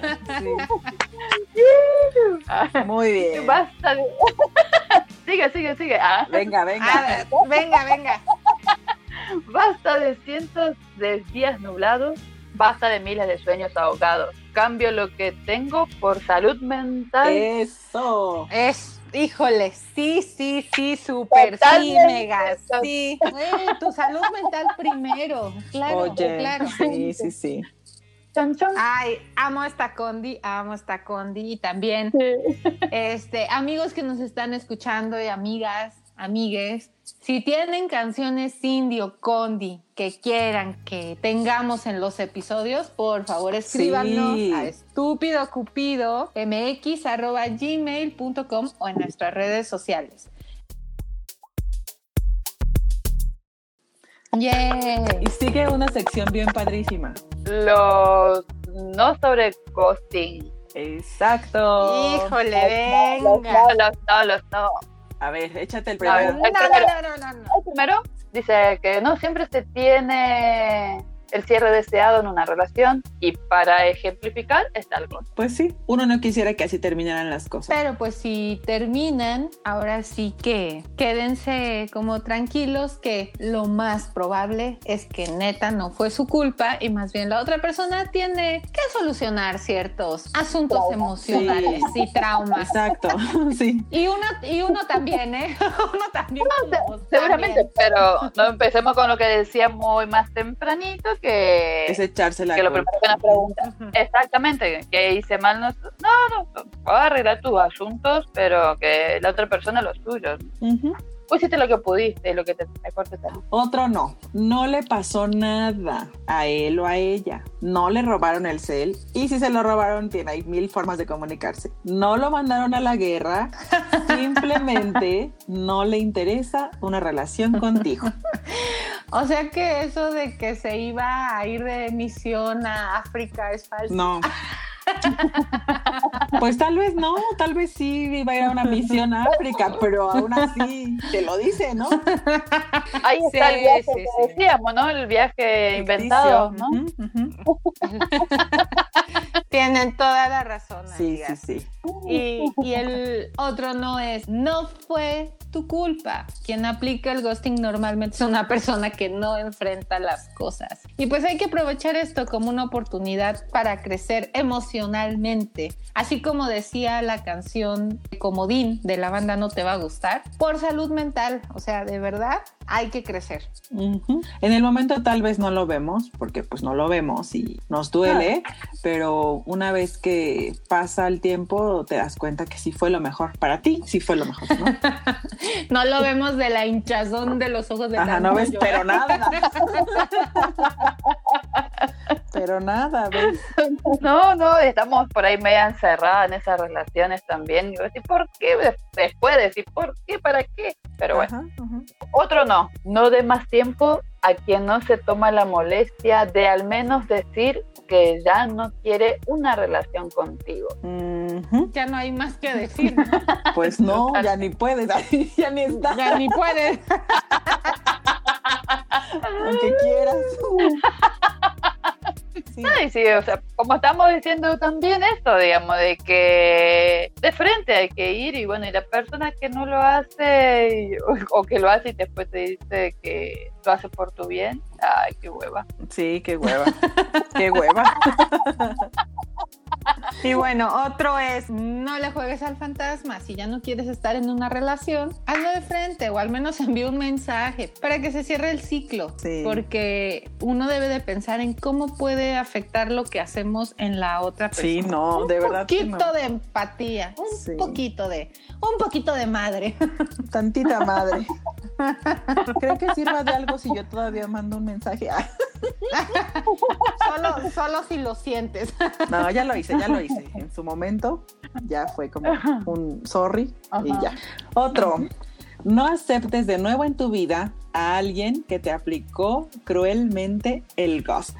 Sí. Muy bien. Basta de... Sigue. Venga. Venga. Basta de cientos de días nublados, basta de miles de sueños ahogados. Cambio lo que tengo por salud mental. Eso. Híjole, sí, súper, sí, mega, sí. Tu salud mental primero, claro, Oye, claro. Sí. Chon, chon. Ay, amo esta Condi y también, amigos que nos están escuchando y amigas, amigues, si tienen canciones indie o Condi que quieran que tengamos en los episodios, por favor escríbanos a estúpidocupido.mx@gmail.com o en nuestras redes sociales. Yeah. Y sigue una sección bien padrísima. Los no sobre ghosting. Exacto. Híjole, venga. Los no. A ver, échate el primero. No. El primero dice que no siempre se tiene el cierre deseado en una relación y para ejemplificar está el ghosting. Pues sí, uno no quisiera que así terminaran las cosas. Pero pues si terminan, ahora sí que quédense como tranquilos, que lo más probable es que neta no fue su culpa y más bien la otra persona tiene que solucionar ciertos asuntos emocionales y traumas. Exacto, sí. Y uno también, ¿eh? Uno también. Seguramente, pero no empecemos con lo que decíamos más tempranito, que Es echarse la que lo culpa. primero que nos pregunta. Exactamente, que hice mal, no, voy a arreglar tus asuntos, pero que la otra persona los tuyos. Ujú. Pues hiciste lo que pudiste, lo que mejor te salió. Otro no le pasó nada a él o a ella, no le robaron el cel y si se lo robaron hay 1000 formas de comunicarse, no lo mandaron a la guerra, simplemente no le interesa una relación contigo. O sea que eso de que se iba a ir de misión a África es falso. No. Pues tal vez no, tal vez sí iba a ir a una misión a África, pero aún así te lo dice, ¿no? Ahí está el viaje sí. que decíamos, ¿no? El viaje inventado, ¿no? Ujú. Tienen toda la razón, Sí. amigas. Y el otro no fue tu culpa. Quien aplica el ghosting normalmente es una persona que no enfrenta las cosas. Y pues hay que aprovechar esto como una oportunidad para crecer emocionalmente. Así como decía la canción Comodín de la banda No Te Va a Gustar, por salud mental. O sea, de verdad, hay que crecer. Ujú. En el momento tal vez no lo vemos, porque pues no lo vemos y nos duele, pero una vez que pasa el tiempo te das cuenta que sí fue lo mejor. Para ti sí fue lo mejor, ¿no? No lo vemos de la hinchazón de los ojos de Ajá, tanto no ves, llorar. pero nada. Pero nada, ¿ves? No, estamos por ahí media encerradas en esas relaciones también. Digo, ¿y por qué? Después de decir, ¿por qué? ¿Para qué? Pero bueno, Ajá. otro no dé más tiempo a quien no se toma la molestia de al menos decir que ya no quiere una relación contigo. Ujú. Ya no hay más que decir, ¿no? Pues no, ya ni puedes, ya ni está, Ya ni puedes. aunque quieras. Sí. Ay, sí, o sea, como estamos diciendo también esto, digamos, de que de frente hay que ir y bueno, y la persona que no lo hace o que lo hace y después te dice que lo hace por tu bien, ay, qué hueva. Sí, qué hueva. Qué hueva. Y bueno, otro es, no le juegues al fantasma. Si ya no quieres estar en una relación, hazlo de frente o al menos envía un mensaje para que se cierre el ciclo. Sí. Porque uno debe de pensar en cómo puede afectar lo que hacemos en la otra persona. Sí, no, de verdad que Un poquito no. de empatía, Sí. un poquito de madre. Tantita madre. ¿Creo que sirva de algo si yo todavía mando un mensaje? Ah. Solo si lo sientes. No, ya lo hice. En su momento ya fue como un sorry y Ajá. ya. Otro, no aceptes de nuevo en tu vida a alguien que te aplicó cruelmente el ghost.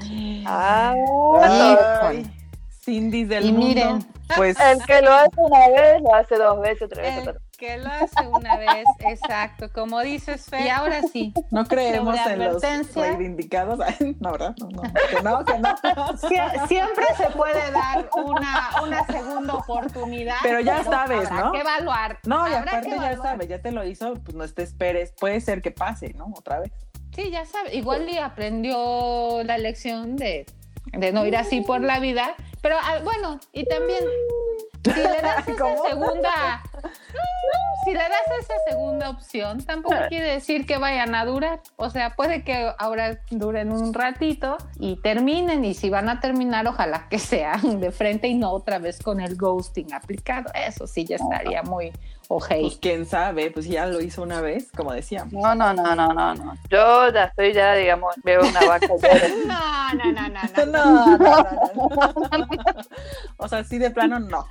Cindy del Y mundo. miren, Pues El que lo hace una vez, lo hace 2 veces, 3 veces. Que lo hace una vez, exacto, como dices, Fer. Y ahora sí. No creemos en los reivindicados. No, ¿verdad? No, que no. Siempre se puede dar una segunda oportunidad. Pero ya sabes, ¿no? Habrá que evaluar. No, y aparte ya sabes, ya te lo hizo, pues no te esperes. Puede ser que pase, ¿no? Otra vez. Sí, ya sabes. Igual le aprendió la lección de no ir así por la vida. Pero bueno, y también... Si le das esa segunda opción, tampoco quiere decir que vayan a durar. O sea, puede que ahora duren un ratito y terminen. Y si van a terminar, ojalá que sean de frente y no otra vez con el ghosting aplicado. Eso sí ya estaría muy ojey. Pues quién sabe, pues ya lo hizo una vez, como decíamos. No. Yo ya estoy, digamos, veo una vaca. No. O sea, sí de plano no.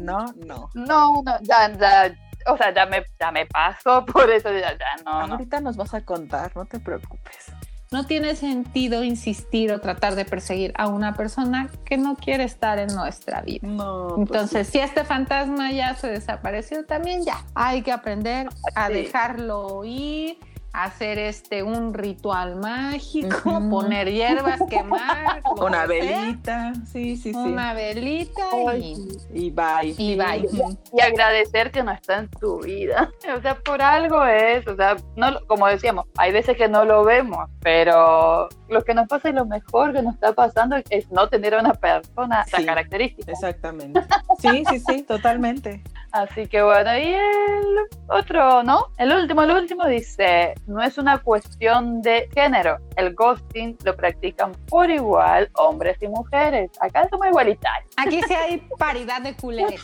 Ya, o sea, ya me paso por eso, ya no. Ahorita nos vas a contar, no te preocupes. No tiene sentido insistir o tratar de perseguir a una persona que no quiere estar en nuestra vida. No. Entonces, si este fantasma ya se desapareció, también ya hay que aprender a dejarlo ir, hacer un ritual mágico, poner hierbas, quemar, una velita, sí. Una velita y bye. Y bye. Y agradecer que no está en tu vida. O sea, por algo es, o sea, no, como decíamos, hay veces que no lo vemos, pero lo que nos pasa y lo mejor que nos está pasando es no tener a una persona esa característica. Exactamente. Sí, totalmente. Así que bueno, y el otro, ¿no? El último dice, no es una cuestión de género, el ghosting lo practican por igual hombres y mujeres, acá somos igualitarios. Aquí sí hay paridad de culeres.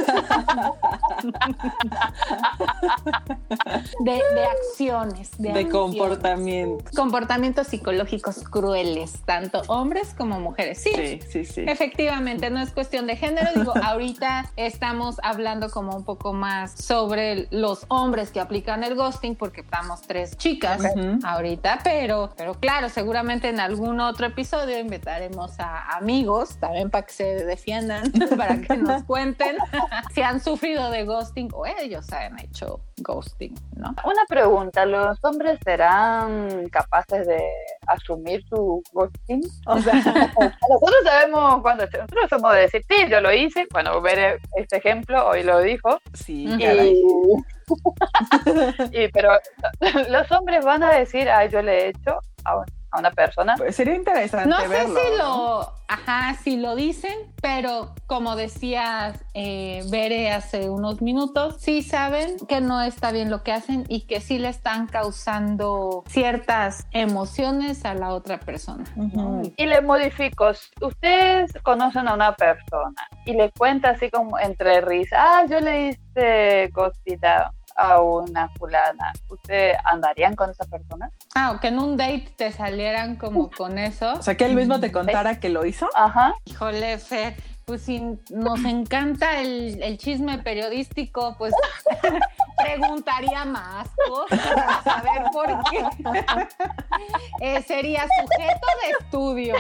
de acciones, de comportamientos psicológicos crueles, tanto hombres como mujeres. Sí. Efectivamente, no es cuestión de género, digo, ahorita estamos hablando como un poco más sobre los hombres que aplican el ghosting porque estamos 3 chicas ahorita, pero claro, seguramente en algún otro episodio invitaremos a amigos también para que se defiendan, para que nos cuenten si han sufrido de ghosting o ellos han hecho ghosting, ¿no? Una pregunta, ¿los hombres serán capaces de asumir su ghosting? O sea, nosotros sabemos cuando nosotros somos de decir, sí, yo lo hice, bueno, ver este ejemplo, hoy lo dijo. Sí, pero los hombres van a decir, yo le he hecho a una persona. Pues sería interesante no verlo. No sé si lo dicen, pero como decía Bere hace unos minutos, sí saben que no está bien lo que hacen y que sí le están causando ciertas emociones a la otra persona. Y le modifico, ustedes conocen a una persona y le cuenta así como entre risas, yo le hice cosita a una fulana, ¿ustedes andarían con esa persona? O que en un date te salieran como con eso. O sea, que él mismo te contara que lo hizo. Ajá. Híjole, Fer, pues si nos encanta el chisme periodístico, pues preguntaría más cosas para saber por qué. Sería sujeto de estudio.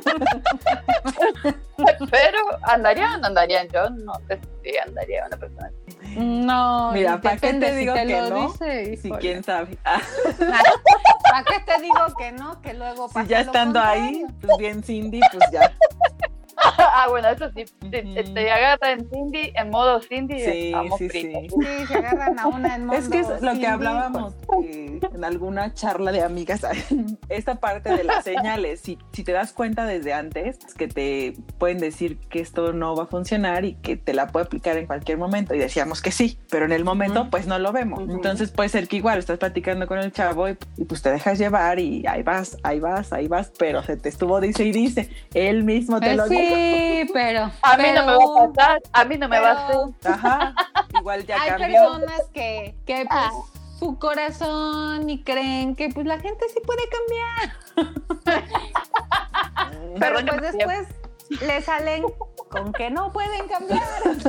Pero ¿andarían? Yo no sé si andaría una persona así. No, mira, ¿para qué te digo si que lo no? Dice, sí, quién sabe. ¿Para qué te digo que no? Que luego pasa si ya estando ahí, pues bien Cindy, pues ya. Bueno, eso sí, te agarran en modo Cindy, sí, sí, se agarran a una en modo es que es lo Cindy, que hablábamos en alguna charla de amigas, esta parte de las señales, si te das cuenta desde antes, es que te pueden decir que esto no va a funcionar y que te la puede aplicar en cualquier momento, y decíamos que sí, pero en el momento pues no lo vemos, entonces puede ser que igual estás platicando con el chavo y pues te dejas llevar y ahí vas, pero se te estuvo dice y dice, él mismo te lo dijo. Sí, pero a mí no me va a pasar, a mí no me va a hacer. Ajá, igual ya hay cambió. Hay personas que pues su corazón y creen que pues la gente sí puede cambiar. Pero pues después le salen con que no pueden cambiar.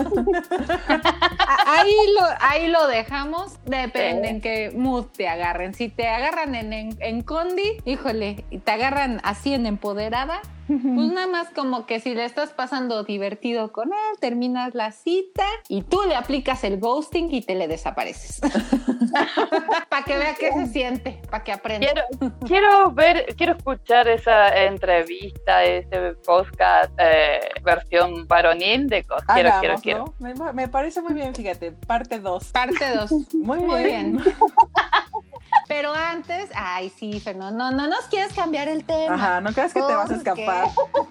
Ahí lo dejamos, depende en qué mood te agarren. Si te agarran en condi, híjole, y te agarran así en empoderada, pues nada más como que si le estás pasando divertido con él, terminas la cita y tú le aplicas el ghosting y te le desapareces. Para que vea qué se siente, para que aprenda. Quiero escuchar esa entrevista, ese podcast versión varonil de cosas. Quiero. Me parece muy bien, fíjate, parte 2. Parte 2. Muy bien. Pero antes, ay sí, Fernando, no nos quieres cambiar el tema. Ajá, no creas que te vas a escapar.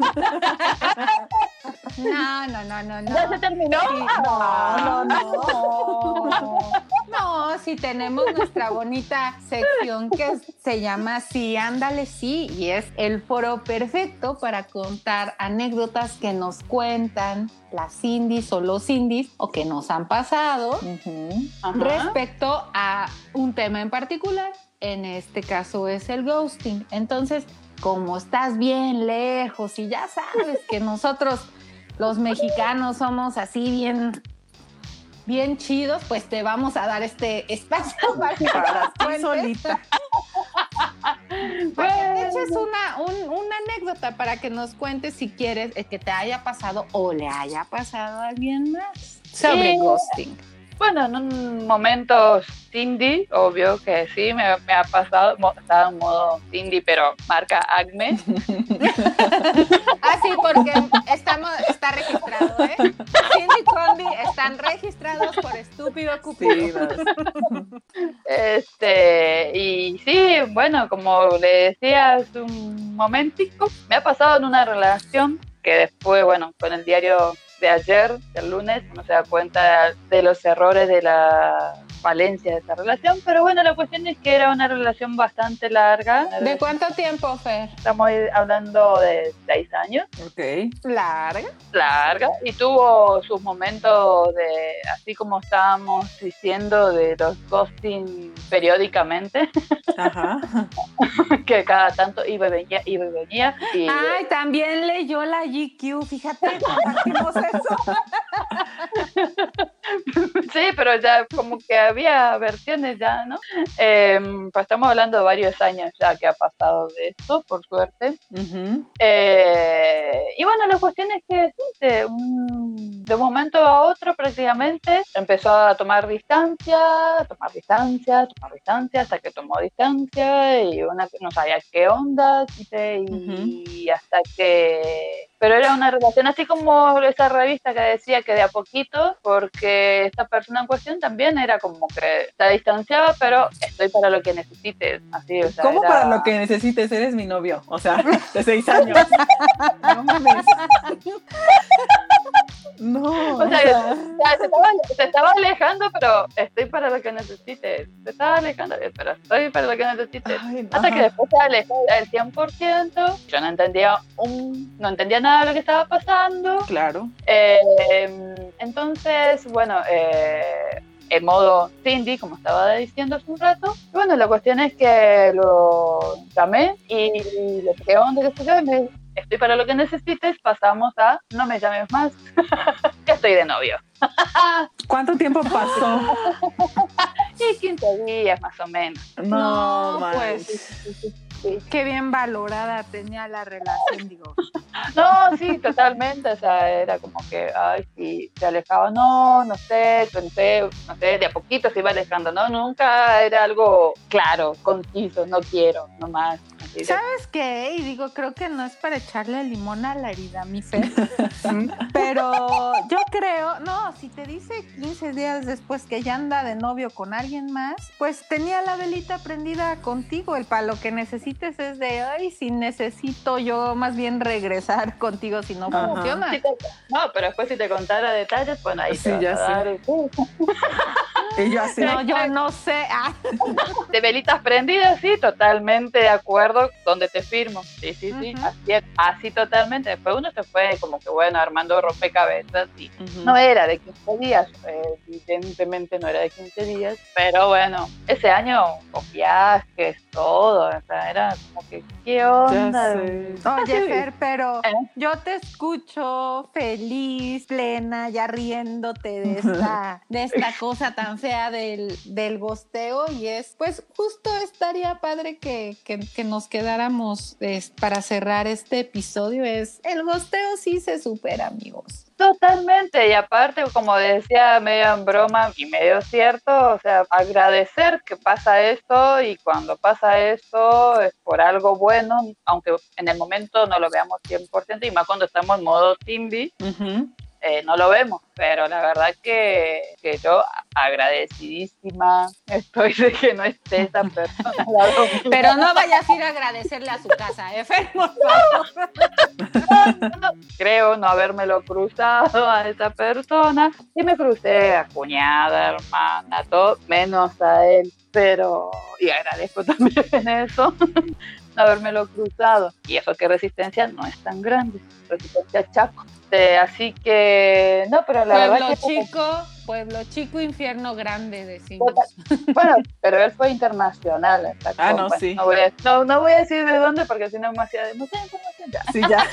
No. ¿Ya se terminó? Sí, no, sí tenemos nuestra bonita sección que se llama Sí, ándale, sí, y es el foro perfecto para contar anécdotas que nos cuentan las indies o los indies o que nos han pasado respecto a un tema en particular. En este caso es el ghosting. Entonces, como estás bien lejos y ya sabes que nosotros los mexicanos somos así bien chidos, pues te vamos a dar este espacio para que ti solita. Para que te eches una anécdota, para que nos cuentes si quieres que te haya pasado o le haya pasado a alguien más sobre ghosting. Bueno, en un momento Cindy, obvio que sí, me ha pasado, estaba en modo Cindy, pero marca Acme. Sí, porque está registrado, ¿eh? Cindy y Condi están registrados por estúpido cupid. Y sí, bueno, como le decía hace un momentico, me ha pasado en una relación que después, bueno, con el diario de ayer, del lunes, uno se da cuenta de los errores, de la falencia de esa relación, pero bueno, la cuestión es que era una relación bastante larga. ¿De cuánto tiempo, Fer? Estamos hablando de 6 años. Ok. Larga. Y tuvo sus momentos de, así como estábamos diciendo, de los ghosting periódicamente. Ajá. Que cada tanto iba y venía. Ay, también leyó la GQ, fíjate, compartimos eso. Sí, pero ya como que había versiones ya, ¿no? Pues estamos hablando de varios años ya que ha pasado de esto, por suerte. Uh-huh. Y bueno, la cuestión es que de un momento a otro prácticamente empezó a tomar distancia, hasta que tomó distancia y una no sabía qué onda, y hasta que... Pero era una relación así como esa revista que decía que de a poquito, porque esta persona en cuestión también era como que se distanciaba, pero estoy para lo que necesites. Así, o sea, ¿cómo para lo que necesites? Eres mi novio, o sea, de 6 años. No mames. No. O sea, se estaba alejando, pero estoy para lo que necesites. Se estaba alejando, pero estoy para lo que necesites. Ay, hasta que después se alejó al 100%. Yo no entendía nada de lo que estaba pasando. Claro. Entonces, bueno, en modo Cindy, como estaba diciendo hace un rato. Y bueno, la cuestión es que lo llamé y le dije, ¿dónde estoy yo? Y me dijo, estoy para lo que necesites, pasamos a no me llames más, que estoy de novio. ¿Cuánto tiempo pasó? Y 15 días más o menos. No pues sí. Qué bien valorada tenía la relación, digo. No, sí, totalmente, o sea, era como que, ay, sí, se alejaba, no sé, de a poquito se iba alejando, no, nunca era algo claro, conciso, no quiero, no más. ¿Sabes qué? Y digo, creo que no es para echarle limón a la herida, mi Fer, pero yo creo, no, si te dice 15 días después que ya anda de novio con alguien más, pues tenía la velita prendida contigo, el para lo que necesites es de, ay, si necesito yo más bien regresar contigo si no funciona. No, pero después si te contara detalles, bueno, ahí sí, te ya vas a dar. Y yo así. No, yo no sé. De velitas prendidas, sí, totalmente de acuerdo, donde te firmo. Sí, así totalmente. Después uno se fue como que, bueno, armando rompecabezas y no era de 15 días, evidentemente no era de 15 días, pero bueno, ese año con viajes, todo, o sea, era como que, ¿qué onda? Oye, Fer, pero yo te escucho feliz, plena, ya riéndote de esta cosa tan fea del gosteo, y es, pues, justo estaría padre que nos quedáramos para cerrar este episodio. Es, el gosteo sí se supera, amigos. Totalmente, y aparte, como decía, medio en broma y medio cierto, o sea, agradecer que pasa esto, y cuando pasa esto es por algo bueno, aunque en el momento no lo veamos 100%, y más cuando estamos en modo Timby, no lo vemos, pero la verdad que yo agradecidísima estoy de que no esté esa persona al lado mío. Pero no vayas a ir a agradecerle a su casa, Fer, por favor. Creo no habérmelo cruzado a esa persona. Sí me crucé a cuñada, hermana, todo, menos a él, pero, y agradezco también eso, no habérmelo cruzado. Y eso que Resistencia no es tan grande, Resistencia Chaco. Así que, no, pero la verdad que... Pueblo chico, infierno grande, decimos. Bueno, pero él fue internacional. No, sí. No voy a decir de dónde, porque si no me hacía demasiada información ya. Sí, ya.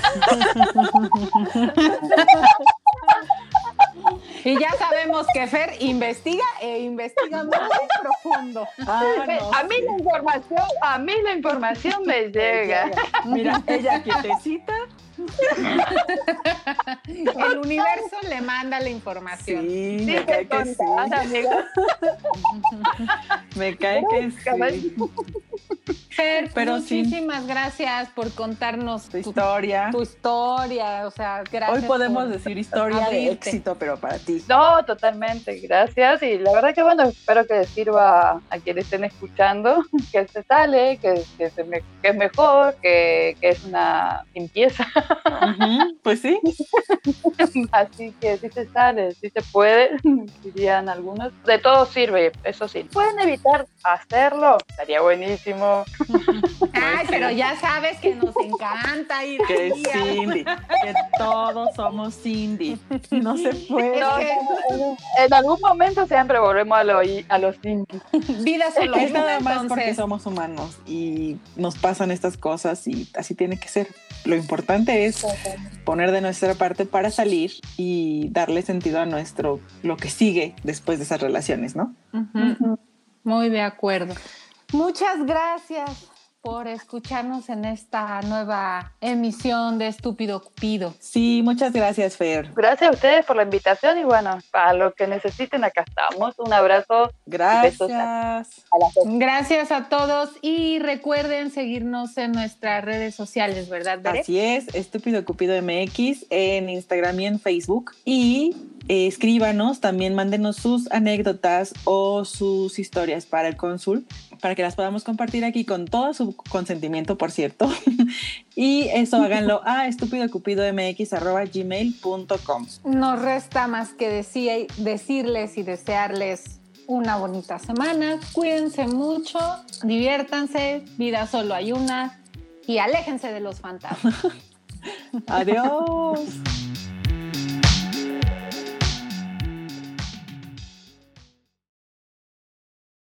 Y ya sabemos que Fer investiga muy profundo. No, a mí la información me llega. Mira, ella quietecita. El universo le manda la información. Sí, me cae que sí. Me cae que sí. Fer, pero muchísimas gracias por contarnos tu historia. Tu historia, o sea, gracias. Hoy podemos decir historia de éxito, pero para ti. No, totalmente, gracias. Y la verdad que bueno, espero que sirva a quienes estén escuchando, que se sale, que es mejor, que es una limpieza. Pues sí. Así que sí se sale, sí se puede, dirían algunos. De todo sirve, eso sí. ¿Pueden evitar hacerlo? Estaría buenísimo. Ay, pero ya sabes que nos encanta ir que es Cindy, que todos somos Cindy. No se puede. En algún momento siempre volvemos a los Cindy. Vida solo es nada más porque somos humanos y nos pasan estas cosas y así tiene que ser. Lo importante es poner de nuestra parte para salir y darle sentido a lo que sigue después de esas relaciones, ¿no? Muy de acuerdo. Muchas gracias por escucharnos en esta nueva emisión de Estúpido Cupido. Sí, muchas gracias, Fer. Gracias a ustedes por la invitación y bueno, para lo que necesiten acá estamos. Un abrazo. Gracias. Gracias a todos y recuerden seguirnos en nuestras redes sociales, ¿verdad, Bere? Así es, Estúpido Cupido MX en Instagram y en Facebook. Y escríbanos, también mándenos sus anécdotas o sus historias para el cónsul, para que las podamos compartir aquí con todo su consentimiento, por cierto. Y eso háganlo a estupidocupidomx@gmail.com. Nos resta más que decirles y desearles una bonita semana. Cuídense mucho, diviértanse, vida solo hay una y aléjense de los fantasmas. Adiós.